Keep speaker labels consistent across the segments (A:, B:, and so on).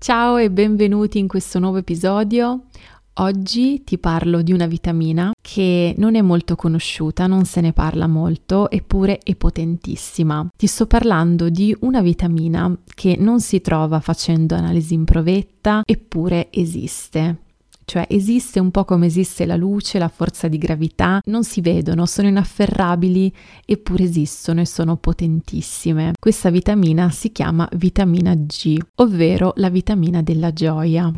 A: Ciao e benvenuti in questo nuovo episodio. Oggi ti parlo di una vitamina che non è molto conosciuta, non se ne parla molto, eppure è potentissima. Ti sto parlando di una vitamina che non si trova facendo analisi in provetta, eppure esiste. Cioè esiste un po' come esiste la luce, la forza di gravità, non si vedono, sono inafferrabili, eppure esistono e sono potentissime. Questa vitamina si chiama vitamina G, ovvero la vitamina della gioia.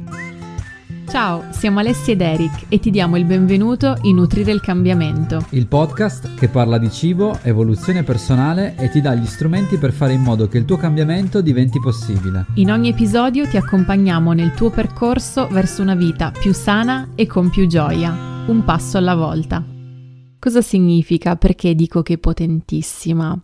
A: Ciao, siamo Alessia ed Eric e ti diamo il benvenuto in Nutrire il Cambiamento,
B: il podcast che parla di cibo, evoluzione personale e ti dà gli strumenti per fare in modo che il tuo cambiamento diventi possibile.
A: In ogni episodio ti accompagniamo nel tuo percorso verso una vita più sana e con più gioia, un passo alla volta. Cosa significa? Perché dico che è potentissima?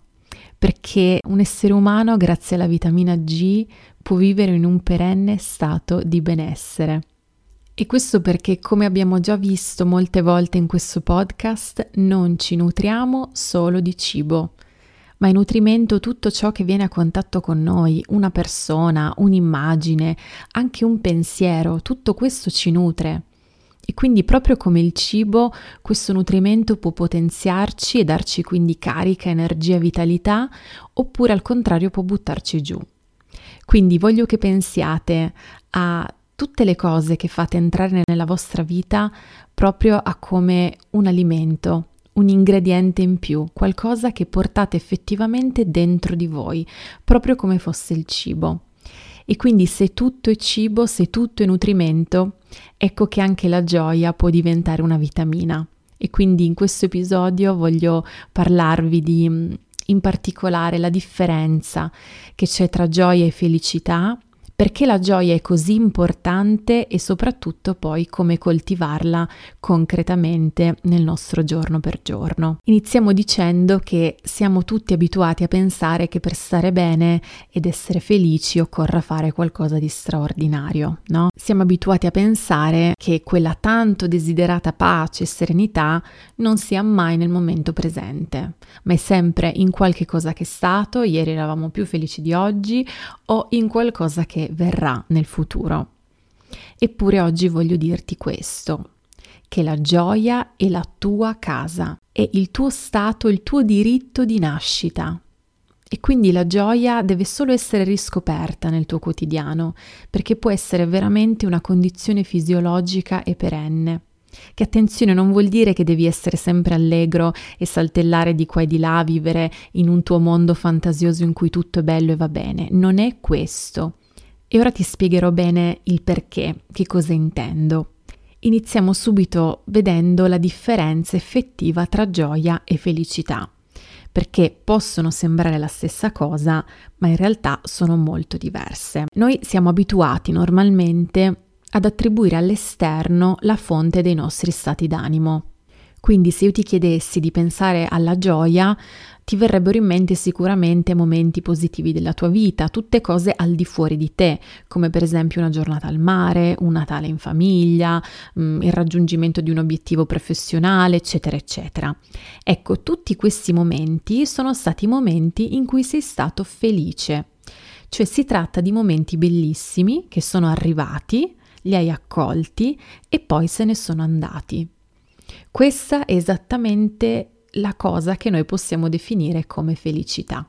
A: Perché un essere umano, grazie alla vitamina G, può vivere in un perenne stato di benessere. E questo perché, come abbiamo già visto molte volte in questo podcast, non ci nutriamo solo di cibo, ma è nutrimento tutto ciò che viene a contatto con noi, una persona, un'immagine, anche un pensiero, tutto questo ci nutre. E quindi proprio come il cibo, questo nutrimento può potenziarci e darci quindi carica, energia, vitalità, oppure al contrario può buttarci giù. Quindi voglio che pensiate a tutte le cose che fate entrare nella vostra vita proprio a come un alimento, un ingrediente in più, qualcosa che portate effettivamente dentro di voi, proprio come fosse il cibo. E quindi se tutto è cibo, se tutto è nutrimento, ecco che anche la gioia può diventare una vitamina. E quindi in questo episodio voglio parlarvi di, in particolare, la differenza che c'è tra gioia e felicità, perché la gioia è così importante e soprattutto poi come coltivarla concretamente nel nostro giorno per giorno. Iniziamo dicendo che siamo tutti abituati a pensare che per stare bene ed essere felici occorra fare qualcosa di straordinario, no? Siamo abituati a pensare che quella tanto desiderata pace e serenità non sia mai nel momento presente, ma è sempre in qualche cosa che è stato, ieri eravamo più felici di oggi, o in qualcosa che verrà nel futuro. Eppure oggi voglio dirti questo, che la gioia è la tua casa, è il tuo stato, il tuo diritto di nascita. E quindi la gioia deve solo essere riscoperta nel tuo quotidiano, perché può essere veramente una condizione fisiologica e perenne. Che attenzione, non vuol dire che devi essere sempre allegro e saltellare di qua e di là, vivere in un tuo mondo fantasioso in cui tutto è bello e va bene. Non è questo. E ora ti spiegherò bene il perché, che cosa intendo. Iniziamo subito vedendo la differenza effettiva tra gioia e felicità, perché possono sembrare la stessa cosa, ma in realtà sono molto diverse. Noi siamo abituati normalmente ad attribuire all'esterno la fonte dei nostri stati d'animo. Quindi se io ti chiedessi di pensare alla gioia, ti verrebbero in mente sicuramente momenti positivi della tua vita, tutte cose al di fuori di te, come per esempio una giornata al mare, un Natale in famiglia, il raggiungimento di un obiettivo professionale, eccetera, eccetera. Ecco, tutti questi momenti sono stati momenti in cui sei stato felice. Cioè si tratta di momenti bellissimi che sono arrivati, li hai accolti e poi se ne sono andati. Questa è esattamente la cosa che noi possiamo definire come felicità.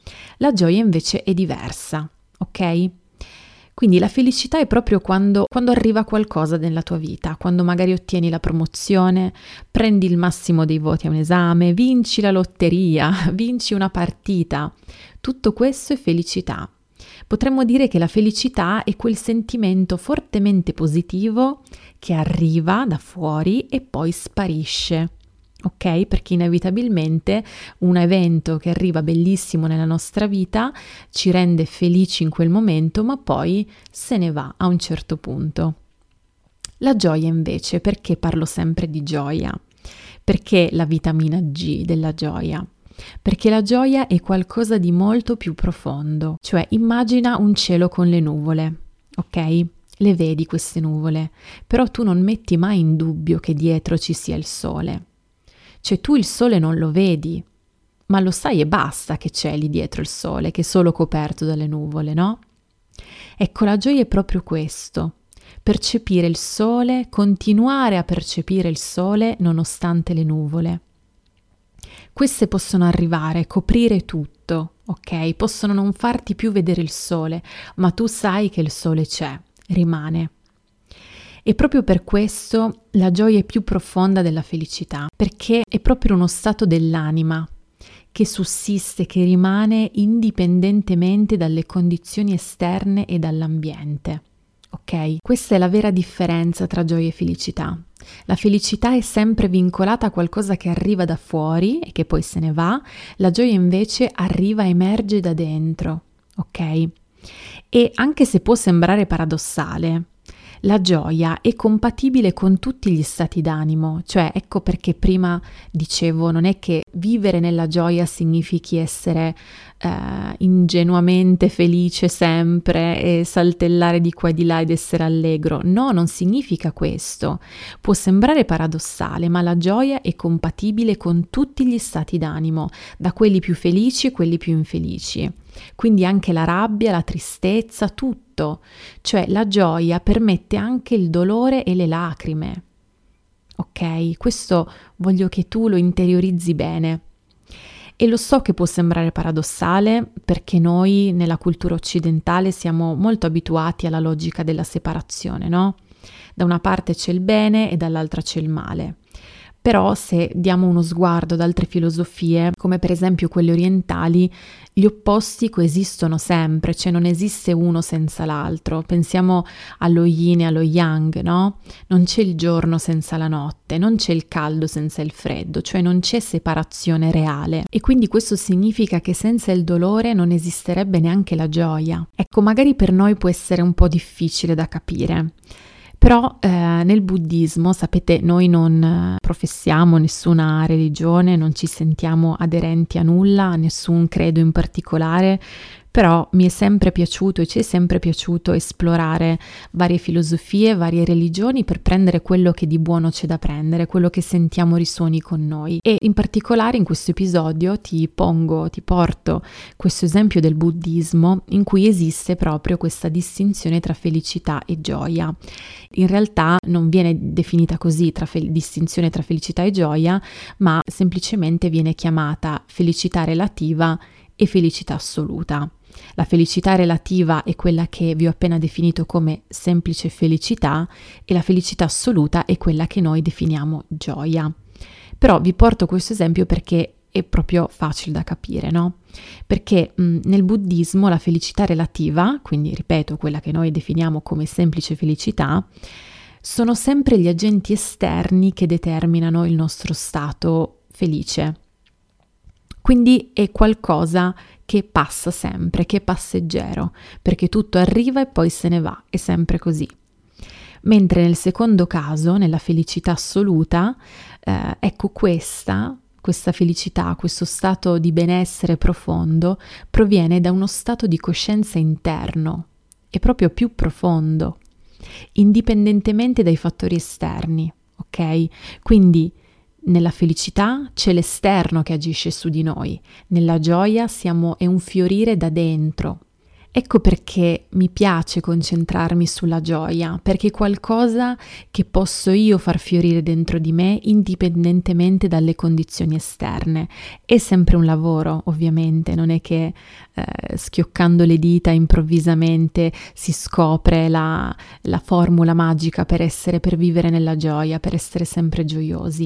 A: La gioia invece è diversa, ok? Quindi la felicità è proprio quando arriva qualcosa nella tua vita, quando magari ottieni la promozione, prendi il massimo dei voti a un esame, vinci la lotteria, vinci una partita. Tutto questo è felicità. Potremmo dire che la felicità è quel sentimento fortemente positivo che arriva da fuori e poi sparisce, ok? Perché inevitabilmente un evento che arriva bellissimo nella nostra vita ci rende felici in quel momento, ma poi se ne va a un certo punto. La gioia invece, perché parlo sempre di gioia? Perché la vitamina G della gioia? Perché la gioia è qualcosa di molto più profondo, cioè immagina un cielo con le nuvole, ok? Le vedi queste nuvole, però tu non metti mai in dubbio che dietro ci sia il sole. Cioè tu il sole non lo vedi, ma lo sai e basta che c'è lì dietro il sole, che è solo coperto dalle nuvole, no? Ecco, la gioia è proprio questo: percepire il sole, continuare a percepire il sole nonostante le nuvole. Queste possono arrivare, coprire tutto, ok? Possono non farti più vedere il sole, ma tu sai che il sole c'è, rimane. E proprio per questo la gioia è più profonda della felicità, perché è proprio uno stato dell'anima che sussiste, che rimane indipendentemente dalle condizioni esterne e dall'ambiente. Ok? Questa è la vera differenza tra gioia e felicità. La felicità è sempre vincolata a qualcosa che arriva da fuori e che poi se ne va, la gioia invece arriva, emerge da dentro, ok? E anche se può sembrare paradossale, la gioia è compatibile con tutti gli stati d'animo, cioè ecco perché prima dicevo, non è che vivere nella gioia significhi essere ingenuamente felice sempre e saltellare di qua e di là ed essere allegro. No, non significa questo. Può sembrare paradossale, ma la gioia è compatibile con tutti gli stati d'animo, da quelli più felici a quelli più infelici. Quindi anche la rabbia, la tristezza, tutto. Cioè la gioia permette anche il dolore e le lacrime. Ok? Questo voglio che tu lo interiorizzi bene. E lo so che può sembrare paradossale perché noi nella cultura occidentale siamo molto abituati alla logica della separazione, no? Da una parte c'è il bene e dall'altra c'è il male. Però se diamo uno sguardo ad altre filosofie, come per esempio quelle orientali, gli opposti coesistono sempre, cioè non esiste uno senza l'altro. Pensiamo allo yin e allo yang, no? Non c'è il giorno senza la notte, non c'è il caldo senza il freddo, cioè non c'è separazione reale. E quindi questo significa che senza il dolore non esisterebbe neanche la gioia. Ecco, magari per noi può essere un po' difficile da capire. Però nel buddismo, sapete, noi non professiamo nessuna religione, non ci sentiamo aderenti a nulla, a nessun credo in particolare, però mi è sempre piaciuto e ci è sempre piaciuto esplorare varie filosofie, varie religioni per prendere quello che di buono c'è da prendere, quello che sentiamo risuoni con noi. E in particolare in questo episodio ti porto questo esempio del buddismo in cui esiste proprio questa distinzione tra felicità e gioia. In realtà non viene definita così distinzione tra felicità e gioia, ma semplicemente viene chiamata felicità relativa e felicità assoluta. La felicità relativa è quella che vi ho appena definito come semplice felicità e la felicità assoluta è quella che noi definiamo gioia. Però vi porto questo esempio perché è proprio facile da capire, no? Perché nel buddismo la felicità relativa, quindi ripeto quella che noi definiamo come semplice felicità, sono sempre gli agenti esterni che determinano il nostro stato felice. Quindi è qualcosa che passa sempre, che è passeggero, perché tutto arriva e poi se ne va, è sempre così. Mentre nel secondo caso, nella felicità assoluta, ecco questa felicità, questo stato di benessere profondo, proviene da uno stato di coscienza interno, è proprio più profondo, indipendentemente dai fattori esterni, ok? Quindi nella felicità c'è l'esterno che agisce su di noi, nella gioia è un fiorire da dentro. Ecco perché mi piace concentrarmi sulla gioia, perché è qualcosa che posso io far fiorire dentro di me indipendentemente dalle condizioni esterne. È sempre un lavoro, ovviamente, non è che schioccando le dita improvvisamente si scopre la formula magica per vivere nella gioia, per essere sempre gioiosi.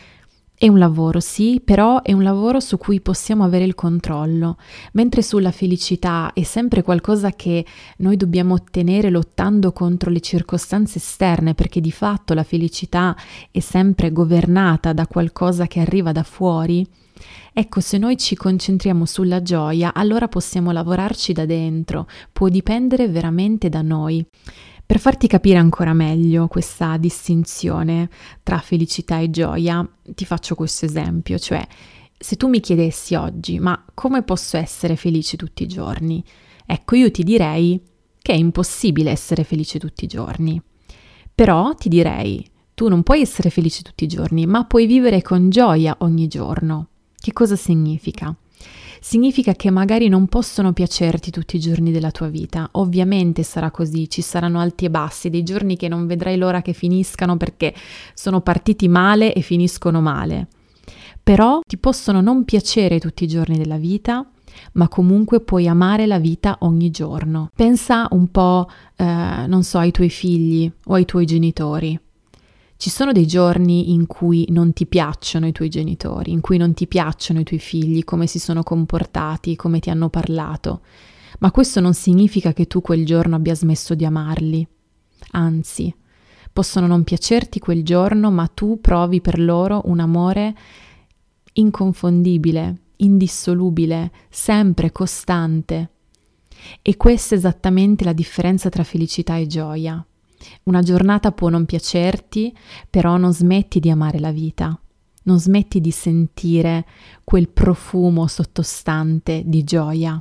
A: È un lavoro, sì, però è un lavoro su cui possiamo avere il controllo, mentre sulla felicità è sempre qualcosa che noi dobbiamo ottenere lottando contro le circostanze esterne, perché di fatto la felicità è sempre governata da qualcosa che arriva da fuori. Ecco, se noi ci concentriamo sulla gioia, allora possiamo lavorarci da dentro, può dipendere veramente da noi. Per farti capire ancora meglio questa distinzione tra felicità e gioia, ti faccio questo esempio, cioè se tu mi chiedessi oggi, ma come posso essere felice tutti i giorni? Ecco, io ti direi che è impossibile essere felice tutti i giorni, però ti direi, tu non puoi essere felice tutti i giorni, ma puoi vivere con gioia ogni giorno. Che cosa significa? Significa che magari non possono piacerti tutti i giorni della tua vita. Ovviamente sarà così, ci saranno alti e bassi, dei giorni che non vedrai l'ora che finiscano perché sono partiti male e finiscono male. Però ti possono non piacere tutti i giorni della vita, ma comunque puoi amare la vita ogni giorno. Pensa un po', non so, ai tuoi figli o ai tuoi genitori. Ci sono dei giorni in cui non ti piacciono i tuoi genitori, in cui non ti piacciono i tuoi figli, come si sono comportati, come ti hanno parlato, ma questo non significa che tu quel giorno abbia smesso di amarli. Anzi, possono non piacerti quel giorno, ma tu provi per loro un amore inconfondibile, indissolubile, sempre costante. E questa è esattamente la differenza tra felicità e gioia. Una giornata può non piacerti, però non smetti di amare la vita, non smetti di sentire quel profumo sottostante di gioia.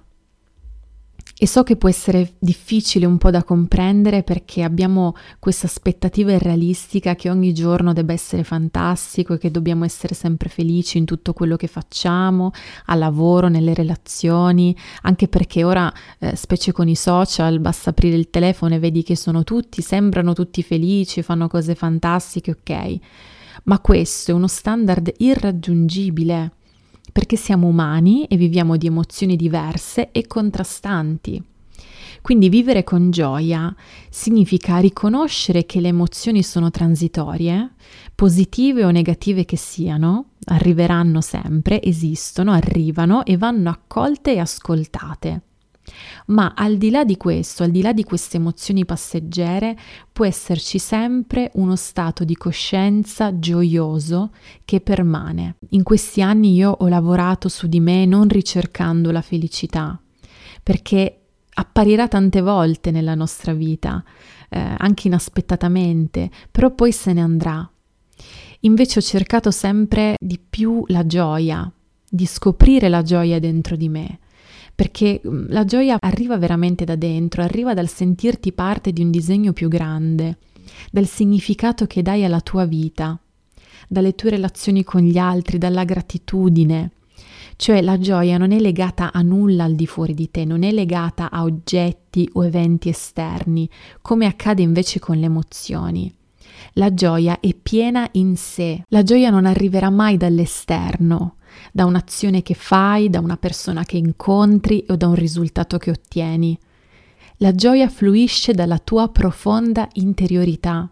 A: E so che può essere difficile un po' da comprendere perché abbiamo questa aspettativa irrealistica che ogni giorno debba essere fantastico e che dobbiamo essere sempre felici in tutto quello che facciamo, al lavoro, nelle relazioni, anche perché ora, specie con i social, basta aprire il telefono e vedi che sembrano tutti felici, fanno cose fantastiche, ok. Ma questo è uno standard irraggiungibile, perché siamo umani e viviamo di emozioni diverse e contrastanti. Quindi vivere con gioia significa riconoscere che le emozioni sono transitorie, positive o negative che siano, arriveranno sempre, esistono, arrivano e vanno accolte e ascoltate. Ma al di là di questo, al di là di queste emozioni passeggere, può esserci sempre uno stato di coscienza gioioso che permane. In questi anni io ho lavorato su di me non ricercando la felicità, perché apparirà tante volte nella nostra vita, anche inaspettatamente, però poi se ne andrà. Invece ho cercato sempre di più la gioia, di scoprire la gioia dentro di me, perché la gioia arriva veramente da dentro, arriva dal sentirti parte di un disegno più grande, dal significato che dai alla tua vita, dalle tue relazioni con gli altri, dalla gratitudine. Cioè la gioia non è legata a nulla al di fuori di te, non è legata a oggetti o eventi esterni, come accade invece con le emozioni. La gioia è piena in sé, la gioia non arriverà mai dall'esterno, da un'azione che fai, da una persona che incontri o da un risultato che ottieni. La gioia fluisce dalla tua profonda interiorità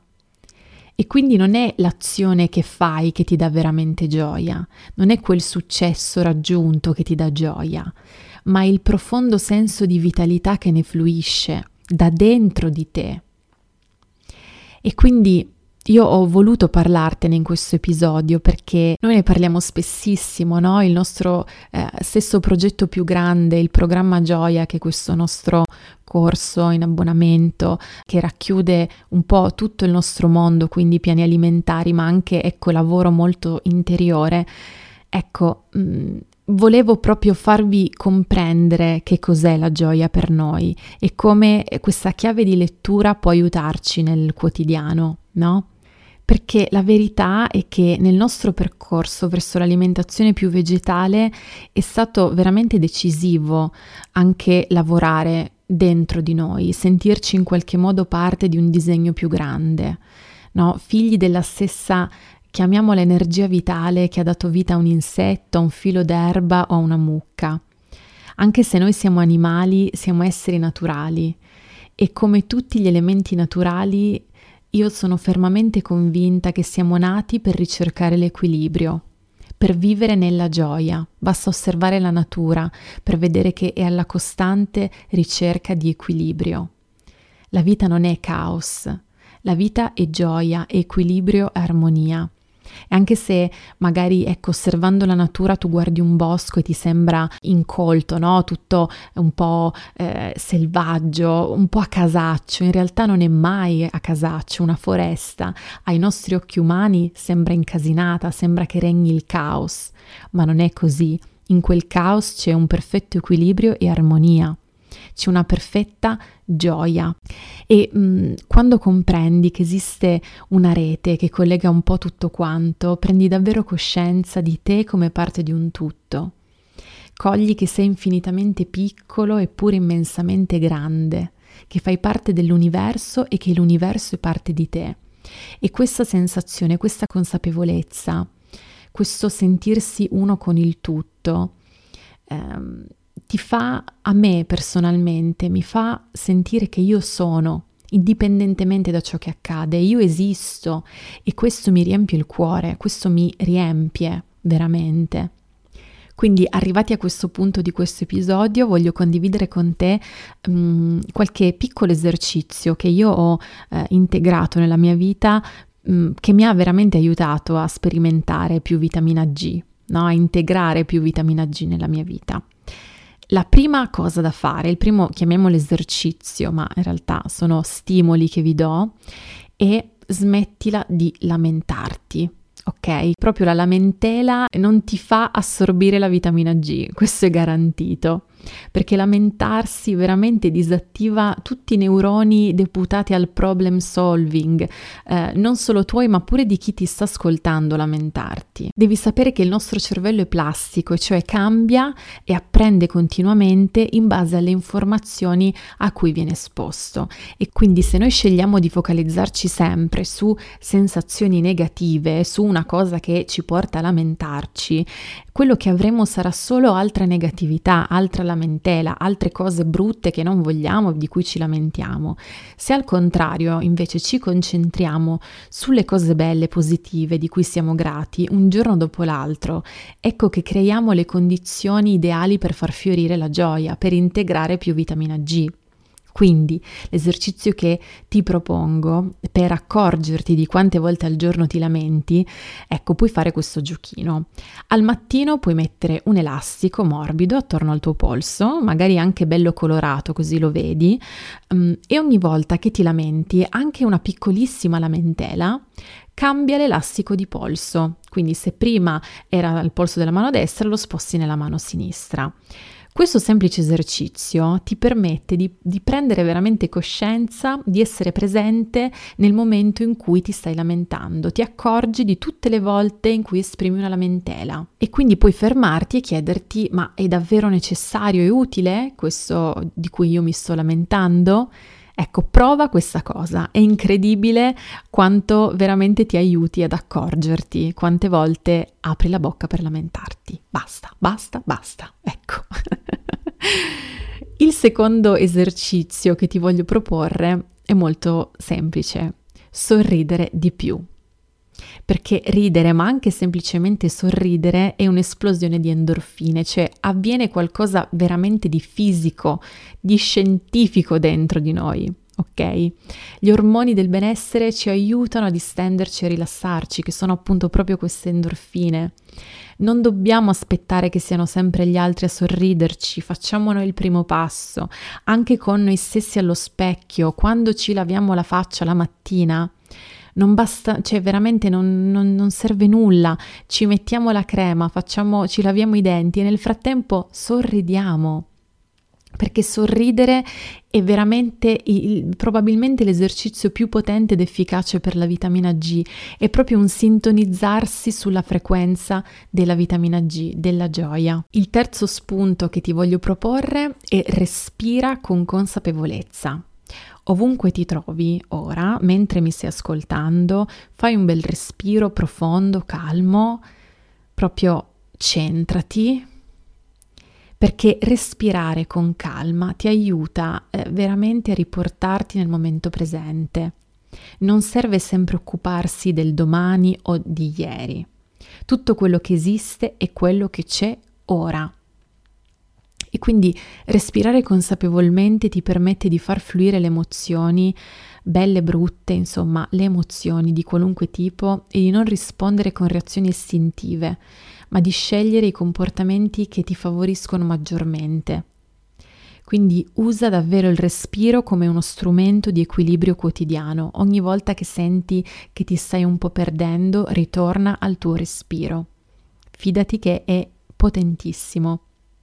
A: e quindi non è l'azione che fai che ti dà veramente gioia, non è quel successo raggiunto che ti dà gioia, ma è il profondo senso di vitalità che ne fluisce da dentro di te. E quindi io ho voluto parlartene in questo episodio perché noi ne parliamo spessissimo, no? Il nostro stesso progetto più grande, il programma Gioia, che è questo nostro corso in abbonamento che racchiude un po' tutto il nostro mondo, quindi piani alimentari, ma anche lavoro molto interiore. Volevo proprio farvi comprendere che cos'è la gioia per noi e come questa chiave di lettura può aiutarci nel quotidiano, no? Perché la verità è che nel nostro percorso verso l'alimentazione più vegetale è stato veramente decisivo anche lavorare dentro di noi, sentirci in qualche modo parte di un disegno più grande, no? Figli della stessa, chiamiamola, energia vitale che ha dato vita a un insetto, a un filo d'erba o a una mucca. Anche se noi siamo animali, siamo esseri naturali e come tutti gli elementi naturali io sono fermamente convinta che siamo nati per ricercare l'equilibrio, per vivere nella gioia. Basta osservare la natura per vedere che è alla costante ricerca di equilibrio. La vita non è caos, la vita è gioia, è equilibrio e armonia. E anche se magari, osservando la natura tu guardi un bosco e ti sembra incolto, no? Tutto un po' selvaggio, un po' a casaccio, in realtà non è mai a casaccio. Una foresta ai nostri occhi umani sembra incasinata, sembra che regni il caos, ma non è così. In quel caos c'è un perfetto equilibrio e armonia. C'è una perfetta gioia e quando comprendi che esiste una rete che collega un po' tutto quanto, prendi davvero coscienza di te come parte di un tutto. Cogli che sei infinitamente piccolo eppure immensamente grande, che fai parte dell'universo e che l'universo è parte di te. E questa sensazione, questa consapevolezza, questo sentirsi uno con il tutto, ti fa, a me personalmente, mi fa sentire che io sono, indipendentemente da ciò che accade, io esisto e questo mi riempie il cuore, questo mi riempie veramente. Quindi arrivati a questo punto di questo episodio voglio condividere con te qualche piccolo esercizio che io ho integrato nella mia vita che mi ha veramente aiutato a sperimentare più vitamina G, no? A integrare più vitamina G nella mia vita. La prima cosa da fare, il primo chiamiamolo esercizio, ma in realtà sono stimoli che vi do, è smettila di lamentarti. Ok? Proprio la lamentela non ti fa assorbire la vitamina G, questo è garantito, perché lamentarsi veramente disattiva tutti i neuroni deputati al problem solving, non solo tuoi ma pure di chi ti sta ascoltando lamentarti. Devi sapere che il nostro cervello è plastico, cioè cambia e apprende continuamente in base alle informazioni a cui viene esposto, e quindi se noi scegliamo di focalizzarci sempre su sensazioni negative, su una cosa che ci porta a lamentarci, quello che avremo sarà solo altra negatività, altra lamentela, altre cose brutte che non vogliamo, di cui ci lamentiamo. Se al contrario invece ci concentriamo sulle cose belle, positive, di cui siamo grati, un giorno dopo l'altro, ecco che creiamo le condizioni ideali per far fiorire la gioia, per integrare più vitamina G. Quindi l'esercizio che ti propongo per accorgerti di quante volte al giorno ti lamenti, ecco, puoi fare questo giochino. Al mattino puoi mettere un elastico morbido attorno al tuo polso, magari anche bello colorato così lo vedi, e ogni volta che ti lamenti, anche una piccolissima lamentela, cambia l'elastico di polso. Quindi se prima era il polso della mano destra, lo sposti nella mano sinistra. Questo semplice esercizio ti permette di prendere veramente coscienza, di essere presente nel momento in cui ti stai lamentando, ti accorgi di tutte le volte in cui esprimi una lamentela e quindi puoi fermarti e chiederti: ma è davvero necessario e utile questo di cui io mi sto lamentando? Ecco, prova questa cosa, è incredibile quanto veramente ti aiuti ad accorgerti, quante volte apri la bocca per lamentarti. Basta, ecco. Il secondo esercizio che ti voglio proporre è molto semplice: sorridere di più. Perché ridere, ma anche semplicemente sorridere, è un'esplosione di endorfine, cioè avviene qualcosa veramente di fisico, di scientifico dentro di noi, ok? Gli ormoni del benessere ci aiutano a distenderci e rilassarci, che sono appunto proprio queste endorfine. Non dobbiamo aspettare che siano sempre gli altri a sorriderci, facciamo noi il primo passo, anche con noi stessi allo specchio, quando ci laviamo la faccia la mattina. Non basta, cioè veramente non serve nulla, ci mettiamo la crema, ci laviamo i denti e nel frattempo sorridiamo, perché sorridere è veramente probabilmente l'esercizio più potente ed efficace per la vitamina G, è proprio un sintonizzarsi sulla frequenza della vitamina G, della gioia. Il terzo spunto che ti voglio proporre è: respira con consapevolezza. Ovunque ti trovi ora, mentre mi stai ascoltando, fai un bel respiro profondo, calmo, proprio centrati, perché respirare con calma ti aiuta veramente a riportarti nel momento presente. Non serve sempre occuparsi del domani o di ieri. Tutto quello che esiste è quello che c'è ora. E quindi respirare consapevolmente ti permette di far fluire le emozioni, belle, brutte, insomma, le emozioni di qualunque tipo, e di non rispondere con reazioni istintive, ma di scegliere i comportamenti che ti favoriscono maggiormente. Quindi usa davvero il respiro come uno strumento di equilibrio quotidiano. Ogni volta che senti che ti stai un po' perdendo, ritorna al tuo respiro. Fidati che è potentissimo.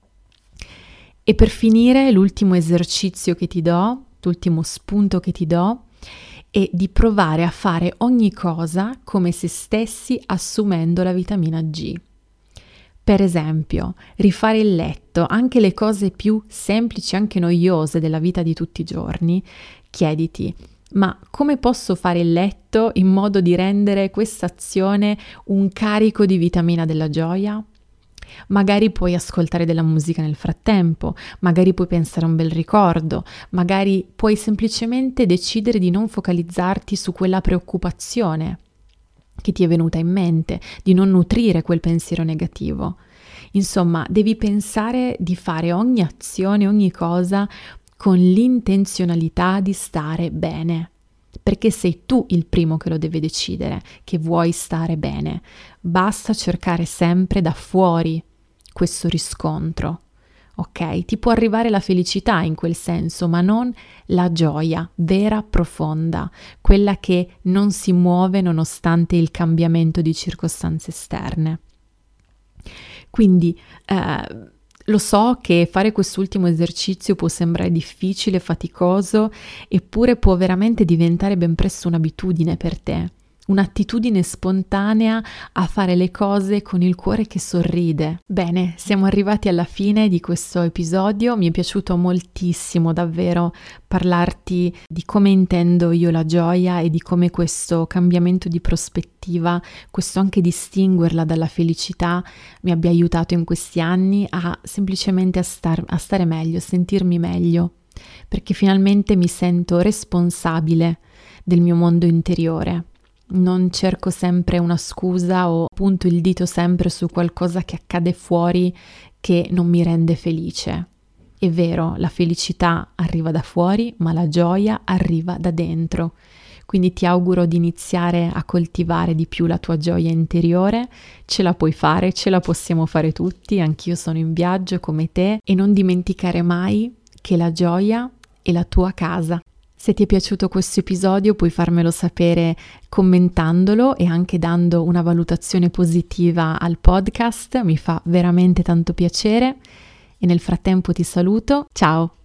A: E per finire, l'ultimo esercizio che ti do, l'ultimo spunto che ti do, è di provare a fare ogni cosa come se stessi assumendo la vitamina G. Per esempio, rifare il letto, anche le cose più semplici, anche noiose della vita di tutti i giorni, chiediti: ma come posso fare il letto in modo di rendere questa azione un carico di vitamina della gioia? Magari puoi ascoltare della musica nel frattempo, magari puoi pensare a un bel ricordo, magari puoi semplicemente decidere di non focalizzarti su quella preoccupazione che ti è venuta in mente, di non nutrire quel pensiero negativo. Insomma, devi pensare di fare ogni azione, ogni cosa con l'intenzionalità di stare bene, perché sei tu il primo che lo deve decidere, che vuoi stare bene. Basta cercare sempre da fuori questo riscontro, ok? Ti può arrivare la felicità in quel senso, ma non la gioia vera, profonda, quella che non si muove nonostante il cambiamento di circostanze esterne. Quindi lo so che fare quest'ultimo esercizio può sembrare difficile, faticoso, eppure può veramente diventare ben presto un'abitudine per te. Un'attitudine spontanea a fare le cose con il cuore che sorride. Bene, siamo arrivati alla fine di questo episodio, mi è piaciuto moltissimo davvero parlarti di come intendo io la gioia e di come questo cambiamento di prospettiva, questo anche distinguerla dalla felicità, mi abbia aiutato in questi anni a semplicemente a stare meglio, a sentirmi meglio, perché finalmente mi sento responsabile del mio mondo interiore. Non cerco sempre una scusa o punto il dito sempre su qualcosa che accade fuori che non mi rende felice. È vero, la felicità arriva da fuori, ma la gioia arriva da dentro. Quindi ti auguro di iniziare a coltivare di più la tua gioia interiore. Ce la puoi fare, ce la possiamo fare tutti, anch'io sono in viaggio come te, e non dimenticare mai che la gioia è la tua casa. Se ti è piaciuto questo episodio puoi farmelo sapere commentandolo e anche dando una valutazione positiva al podcast, mi fa veramente tanto piacere e nel frattempo ti saluto, ciao!